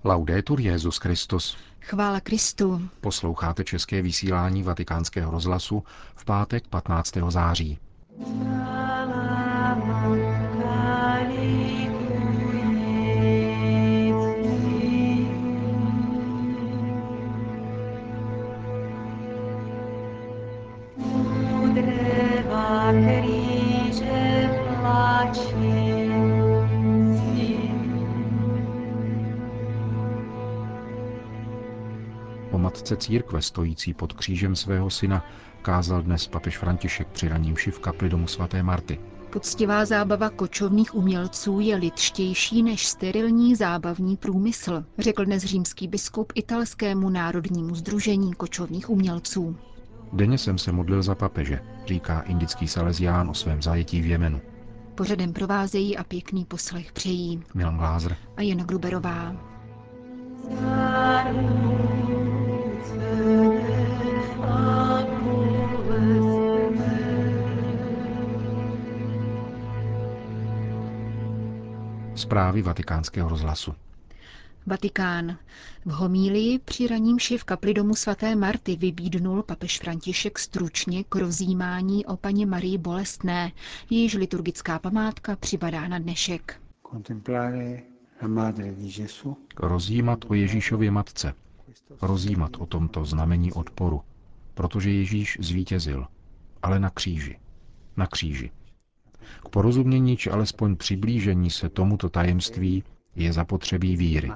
Laudetur Jesus Christus. Chvála Kristu. Posloucháte české vysílání Vatikánského rozhlasu v pátek 15. září. O matce církve stojící pod křížem svého syna kázal dnes papež František při raní mši v kapli domu svaté Marty. Poctivá zábava kočovných umělců je lidštější než sterilní zábavní průmysl, řekl dnes římský biskup italskému národnímu sdružení kočovných umělců. Denně jsem se modlil za papeže, říká indický salezián o svém zajetí v Jemenu. Pořadem provázejí a pěkný poslech přejí Milan Glázer a Jana Gruberová. Zprávy Vatikánského rozhlasu. Vatikán. V homílii při raní mši v kapli domu svaté Marty vybídnul papež František stručně k rozjímání o Panně Marii Bolestné, jejíž liturgická památka připadá na dnešek. Rozjímat o Ježíšově matce. Rozjímat o tomto znamení odporu, protože Ježíš zvítězil, ale na kříži. Na kříži. K porozumění či alespoň přiblížení se tomuto tajemství je zapotřebí víry.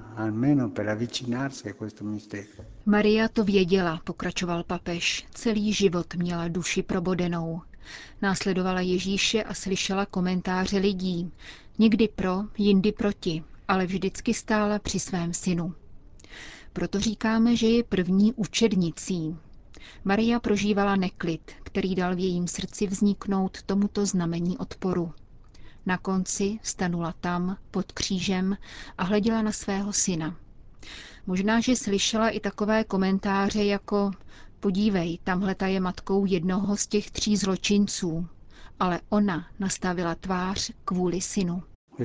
Maria to věděla, pokračoval papež. Celý život měla duši probodenou. Následovala Ježíše a slyšela komentáře lidí. Někdy pro, jindy proti, ale vždycky stála při svém synu. Proto říkáme, že je první učednicí. Maria prožívala neklid, který dal v jejím srdci vzniknout tomuto znamení odporu. Na konci stanula tam, pod křížem, a hleděla na svého syna. Možná, že slyšela i takové komentáře jako podívej, tamhleta je matkou jednoho z těch 3 zločinců, ale ona nastavila tvář kvůli synu.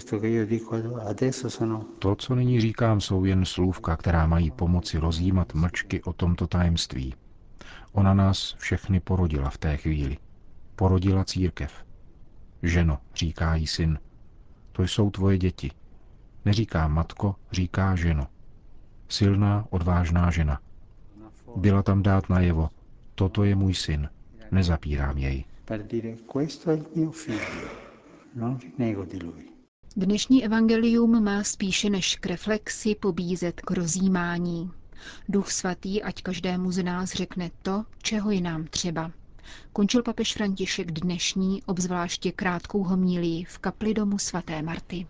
To, co nyní říkám, jsou jen slůvka, která mají pomoci rozjímat mlčky o tomto tajemství. Ona nás všechny porodila v té chvíli. Porodila církev. Ženo, říká jí syn, to jsou tvoje děti. Neříká matko, říká ženo. Silná, odvážná žena. Byla tam dát najevo, toto je můj syn, nezapírám jej. Dnešní evangelium má spíše než k reflexi pobízet k rozjímání. Duch svatý, ať každému z nás řekne to, čeho je nám třeba. Končil papež František dnešní, obzvláště krátkou homílii v kapli domu svaté Marty.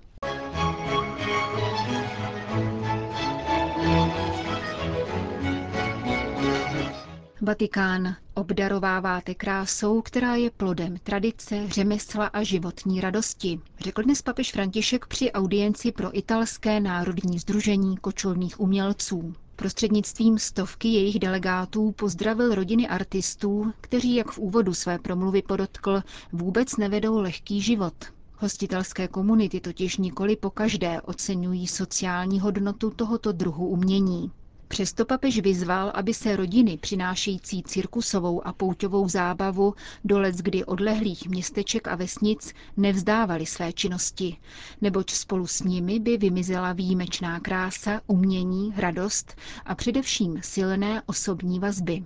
Vatikán. Obdarováváte krásou, která je plodem tradice, řemesla a životní radosti, řekl dnes papež František při audienci pro italské národní sdružení kočovných umělců. Prostřednictvím stovky jejich delegátů pozdravil rodiny artistů, kteří, jak v úvodu své promluvy podotkl, vůbec nevedou lehký život. Hostitelské komunity totiž nikoli pokaždé oceňují sociální hodnotu tohoto druhu umění. Přesto papež vyzval, aby se rodiny přinášející cirkusovou a pouťovou zábavu do leckdy odlehlých městeček a vesnic nevzdávaly své činnosti, neboť spolu s nimi by vymizela výjimečná krása, umění, radost a především silné osobní vazby.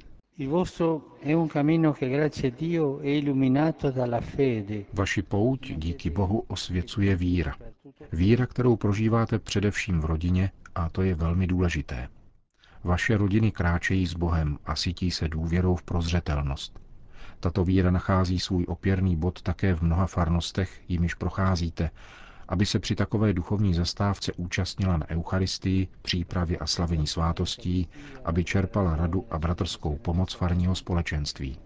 Vaši pouť díky Bohu osvěcuje víra. Víra, kterou prožíváte především v rodině, a to je velmi důležité. Vaše rodiny kráčejí s Bohem a sytí se důvěrou v prozřetelnost. Tato víra nachází svůj opěrný bod také v mnoha farnostech, jimiž procházíte, aby se při takové duchovní zastávce účastnila na eucharistii, přípravě a slavení svátostí, aby čerpala radu a bratrskou pomoc farního společenství.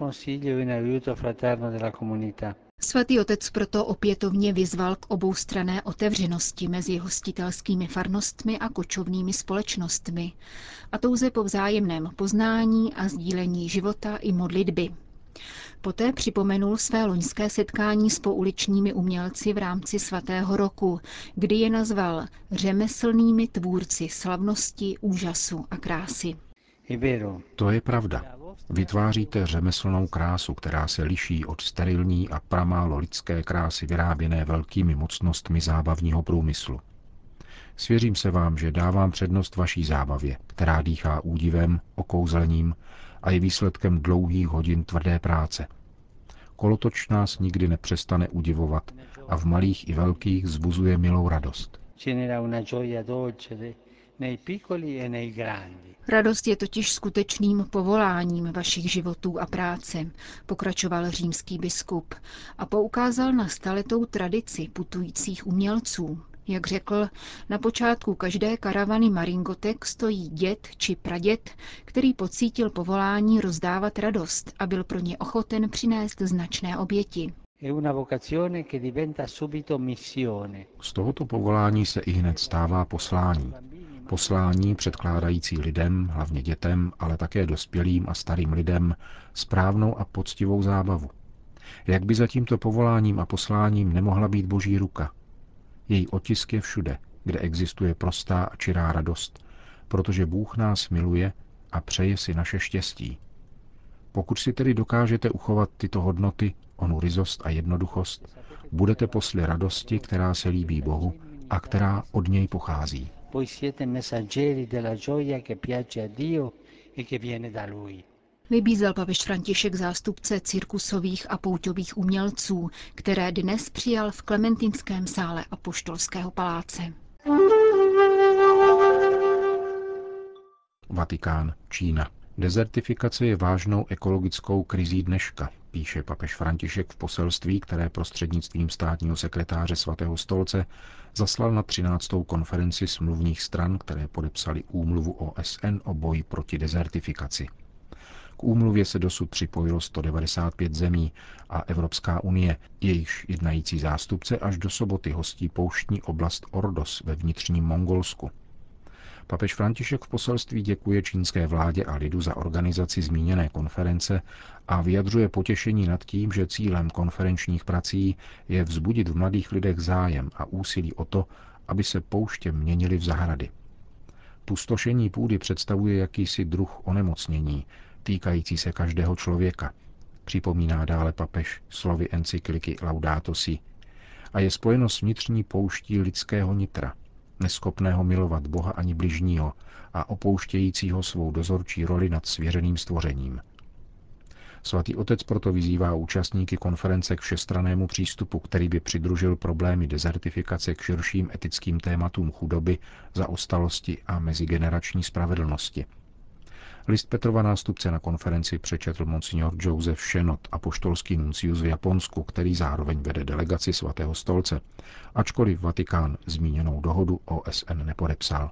Svatý otec proto opětovně vyzval k oboustranné otevřenosti mezi hostitelskými farnostmi a kočovnými společnostmi a touze po vzájemném poznání a sdílení života i modlitby. Poté připomenul své loňské setkání s pouličními umělci v rámci svatého roku, kdy je nazval řemeslnými tvůrci slavnosti, úžasu a krásy. To je pravda. Vytváříte řemeslnou krásu, která se liší od sterilní a pramálo lidské krásy vyráběné velkými mocnostmi zábavního průmyslu. Svěřím se vám, že dávám přednost vaší zábavě, která dýchá údivem, okouzlením a je výsledkem dlouhých hodin tvrdé práce. Kolotoč nás nikdy nepřestane udivovat a v malých i velkých vzbuzuje milou radost. Radost je totiž skutečným povoláním vašich životů a práce, pokračoval římský biskup a poukázal na staletou tradici putujících umělců. Jak řekl, na počátku každé karavany maringotek stojí děd či praděd, který pocítil povolání rozdávat radost a byl pro ně ochoten přinést značné oběti. Z tohoto povolání se ihned stává poslání. Poslání předkládající lidem, hlavně dětem, ale také dospělým a starým lidem, správnou a poctivou zábavu. Jak by za tímto povoláním a posláním nemohla být Boží ruka? Její otisk je všude, kde existuje prostá a čirá radost, protože Bůh nás miluje a přeje si naše štěstí. Pokud si tedy dokážete uchovat tyto hodnoty, onu ryzost a jednoduchost, budete posly radosti, která se líbí Bohu a která od něj pochází. Vybízel papež František zástupce cirkusových a pouťových umělců, které dnes přijal v Klementinském sále Apoštolského paláce. Vatikán, Čína. Dezertifikace je vážnou ekologickou krizí dneška, píše papež František v poselství, které prostřednictvím státního sekretáře Svatého stolce zaslal na 13. konferenci smluvních stran, které podepsali úmluvu OSN o boji proti dezertifikaci. K úmluvě se dosud připojilo 195 zemí a Evropská unie, jejíž jednající zástupce až do soboty hostí pouštní oblast Ordos ve vnitřním Mongolsku. Papež František v poselství děkuje čínské vládě a lidu za organizaci zmíněné konference a vyjadřuje potěšení nad tím, že cílem konferenčních prací je vzbudit v mladých lidech zájem a úsilí o to, aby se pouště měnily v zahrady. Pustošení půdy představuje jakýsi druh onemocnění, týkající se každého člověka, připomíná dále papež slovy encykliky Laudato Si, a je spojeno s vnitřní pouští lidského nitra, neschopného milovat Boha ani bližního a opouštějícího svou dozorčí roli nad svěřeným stvořením. Svatý otec proto vyzývá účastníky konference k všestrannému přístupu, který by přidružil problémy dezertifikace k širším etickým tématům chudoby, zaostalosti a mezigenerační spravedlnosti. List Petrova nástupce na konferenci přečetl monsignor Joseph Shenot, apoštolský nuncius v Japonsku, který zároveň vede delegaci Svatého stolce, ačkoliv Vatikán zmíněnou dohodu OSN nepodepsal.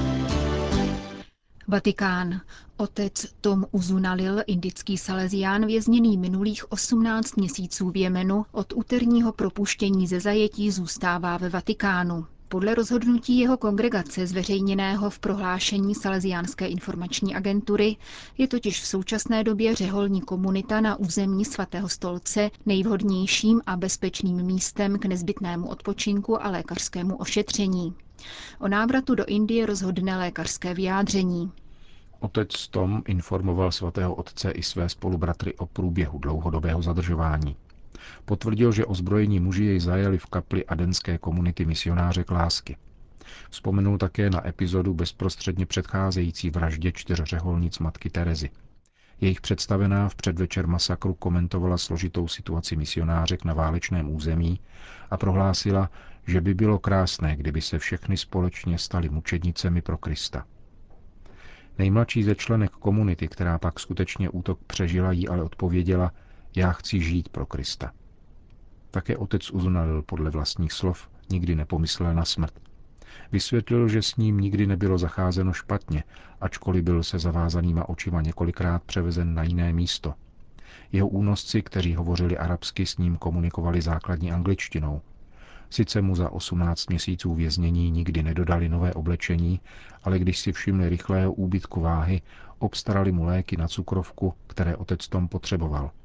Vatikán. Otec Tom Uzunalil, indický salezián, vězněný minulých 18 měsíců v Jemenu, od úterního propuštění ze zajetí zůstává ve Vatikánu. Podle rozhodnutí jeho kongregace zveřejněného v prohlášení Salesiánské informační agentury je totiž v současné době řeholní komunita na území Svatého stolce nejvhodnějším a bezpečným místem k nezbytnému odpočinku a lékařskému ošetření. O návratu do Indie rozhodne lékařské vyjádření. Otec Tom informoval svatého otce i své spolubratry o průběhu dlouhodobého zadržování. Potvrdil, že ozbrojení muži jej zajali v kapli adenské komunity misionářek lásky. Vzpomenul také na epizodu bezprostředně předcházející vraždě 4 řeholnic matky Terezy. Jejich představená v předvečer masakru komentovala složitou situaci misionářek na válečném území a prohlásila, že by bylo krásné, kdyby se všechny společně staly mučednicemi pro Krista. Nejmladší ze členek komunity, která pak skutečně útok přežila, jí ale odpověděla: já chci žít pro Krista. Také otec Uzunalil podle vlastních slov nikdy nepomyslel na smrt. Vysvětlil, že s ním nikdy nebylo zacházeno špatně, ačkoliv byl se zavázanýma očima několikrát převezen na jiné místo. Jeho únosci, kteří hovořili arabsky, s ním komunikovali základní angličtinou. Sice mu za 18 měsíců věznění nikdy nedodali nové oblečení, ale když si všimli rychlého úbytku váhy, obstarali mu léky na cukrovku, které otec Tom potřeboval.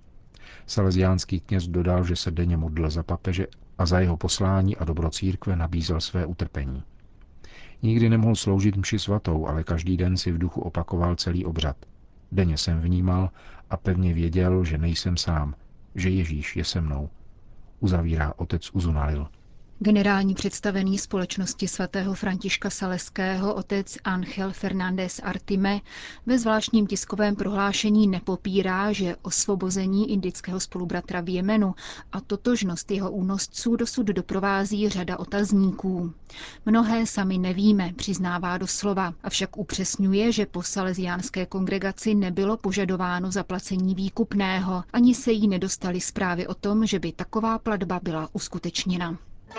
Salesiánský kněz dodal, že se denně modlil za papeže a za jeho poslání a dobro církve nabízel své utrpení. Nikdy nemohl sloužit mši svatou, ale každý den si v duchu opakoval celý obřad. Denně jsem vnímal a pevně věděl, že nejsem sám, že Ježíš je se mnou, uzavírá otec Uzunalil. Generální představený společnosti svatého Františka Saleského otec Ángel Fernández Artime ve zvláštním tiskovém prohlášení nepopírá, že osvobození indického spolubratra v Jemenu a totožnost jeho únosců dosud doprovází řada otazníků. Mnohé sami nevíme, přiznává doslova, avšak upřesňuje, že po salesiánské kongregaci nebylo požadováno zaplacení výkupného, ani se jí nedostaly zprávy o tom, že by taková platba byla uskutečněna.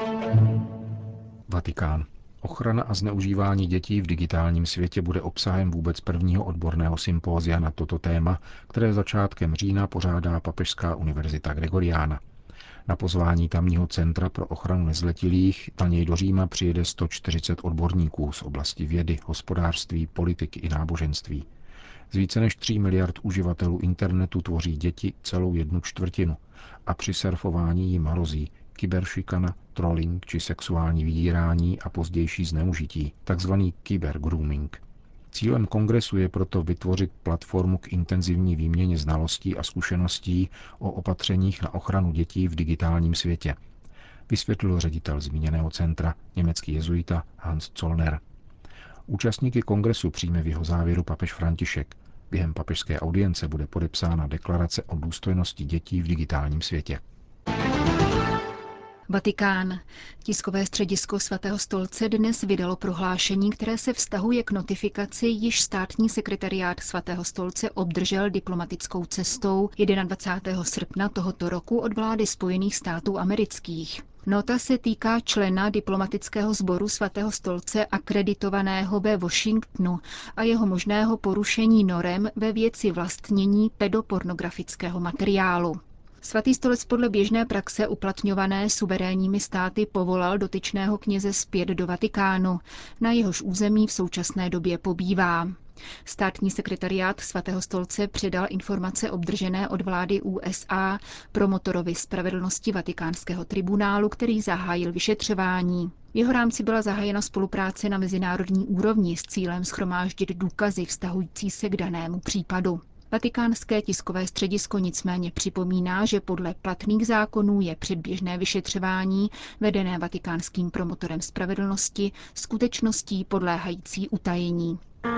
Vatikán. Ochrana a zneužívání dětí v digitálním světě bude obsahem vůbec prvního odborného sympózia na toto téma, které začátkem října pořádá Papežská univerzita Gregoriana. Na pozvání tamního Centra pro ochranu nezletilých na něj do Říma přijede 140 odborníků z oblasti vědy, hospodářství, politiky i náboženství. Z více než 3 miliard uživatelů internetu tvoří děti celou 1/4 a při surfování jim hrozí kyberšikana, trolling či sexuální vydírání a pozdější zneužití, takzvaný kybergrooming. Cílem kongresu je proto vytvořit platformu k intenzivní výměně znalostí a zkušeností o opatřeních na ochranu dětí v digitálním světě, vysvětlil ředitel zmíněného centra, německý jezuita Hans Zollner. Účastníky kongresu přijme v jeho závěru papež František. Během papežské audience bude podepsána deklarace o důstojnosti dětí v digitálním světě. Vatikán. Tiskové středisko Svatého stolce dnes vydalo prohlášení, které se vztahuje k notifikaci, již státní sekretariát Svatého stolce obdržel diplomatickou cestou 21. srpna tohoto roku od vlády Spojených států amerických. Nota se týká člena diplomatického sboru Svatého stolce akreditovaného ve Washingtonu a jeho možného porušení norem ve věci vlastnění pedopornografického materiálu. Svatý stolec podle běžné praxe uplatňované suverénními státy povolal dotyčného kněze zpět do Vatikánu, na jehož území v současné době pobývá. Státní sekretariát Svatého stolce předal informace obdržené od vlády USA promotorovi spravedlnosti Vatikánského tribunálu, který zahájil vyšetřování. V jeho rámci byla zahájena spolupráce na mezinárodní úrovni s cílem shromáždit důkazy vztahující se k danému případu. Vatikánské tiskové středisko nicméně připomíná, že podle platných zákonů je předběžné vyšetřování, vedené vatikánským promotorem spravedlnosti, skutečností podléhající utajení.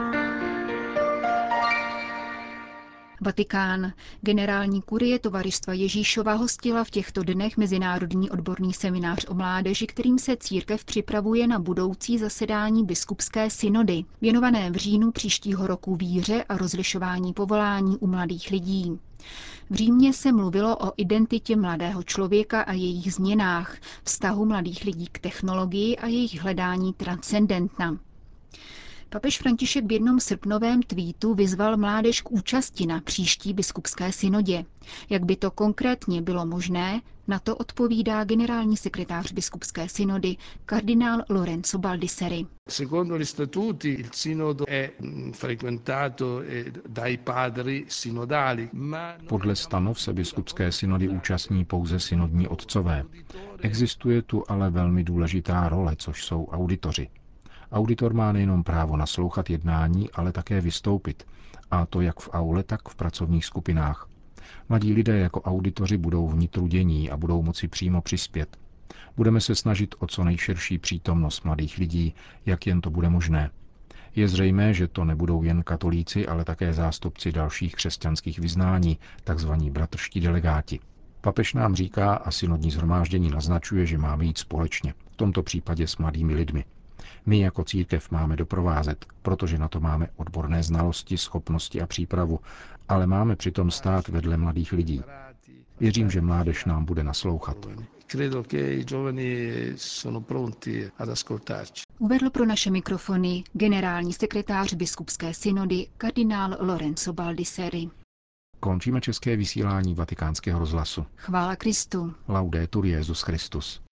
Vatikán. Generální kurie Tovaristva Ježíšova hostila v těchto dnech mezinárodní odborný seminář o mládeži, kterým se církev připravuje na budoucí zasedání biskupské synody, věnované v říjnu příštího roku víře a rozlišování povolání u mladých lidí. V Římě se mluvilo o identitě mladého člověka a jejich změnách, vztahu mladých lidí k technologii a jejich hledání transcendentna. Papež František v jednom srpnovém tweetu vyzval mládež k účasti na příští biskupské synodě. Jak by to konkrétně bylo možné, na to odpovídá generální sekretář biskupské synody kardinál Lorenzo Baldisseri. Secondo gli statuti il sinodo è frequentato dai padri sinodali. Podle stanov se biskupské synody účastní pouze synodní otcové. Existuje tu ale velmi důležitá role, což jsou auditoři. Auditor má nejenom právo naslouchat jednání, ale také vystoupit, a to jak v aule, tak v pracovních skupinách. Mladí lidé jako auditoři budou vnitru dění a budou moci přímo přispět. Budeme se snažit o co nejširší přítomnost mladých lidí, jak jen to bude možné. Je zřejmé, že to nebudou jen katolíci, ale také zástupci dalších křesťanských vyznání, takzvaní bratrští delegáti. Papež nám říká a synodní shromáždění naznačuje, že máme jít společně, v tomto případě s mladými lidmi. My jako církev máme doprovázet, protože na to máme odborné znalosti, schopnosti a přípravu, ale máme přitom stát vedle mladých lidí. Věřím, že mládež nám bude naslouchat. Uvedl pro naše mikrofony generální sekretář biskupské synody kardinál Lorenzo Baldisseri. Končíme české vysílání Vatikánského rozhlasu. Chvála Kristu. Laudetur Jesus Christus.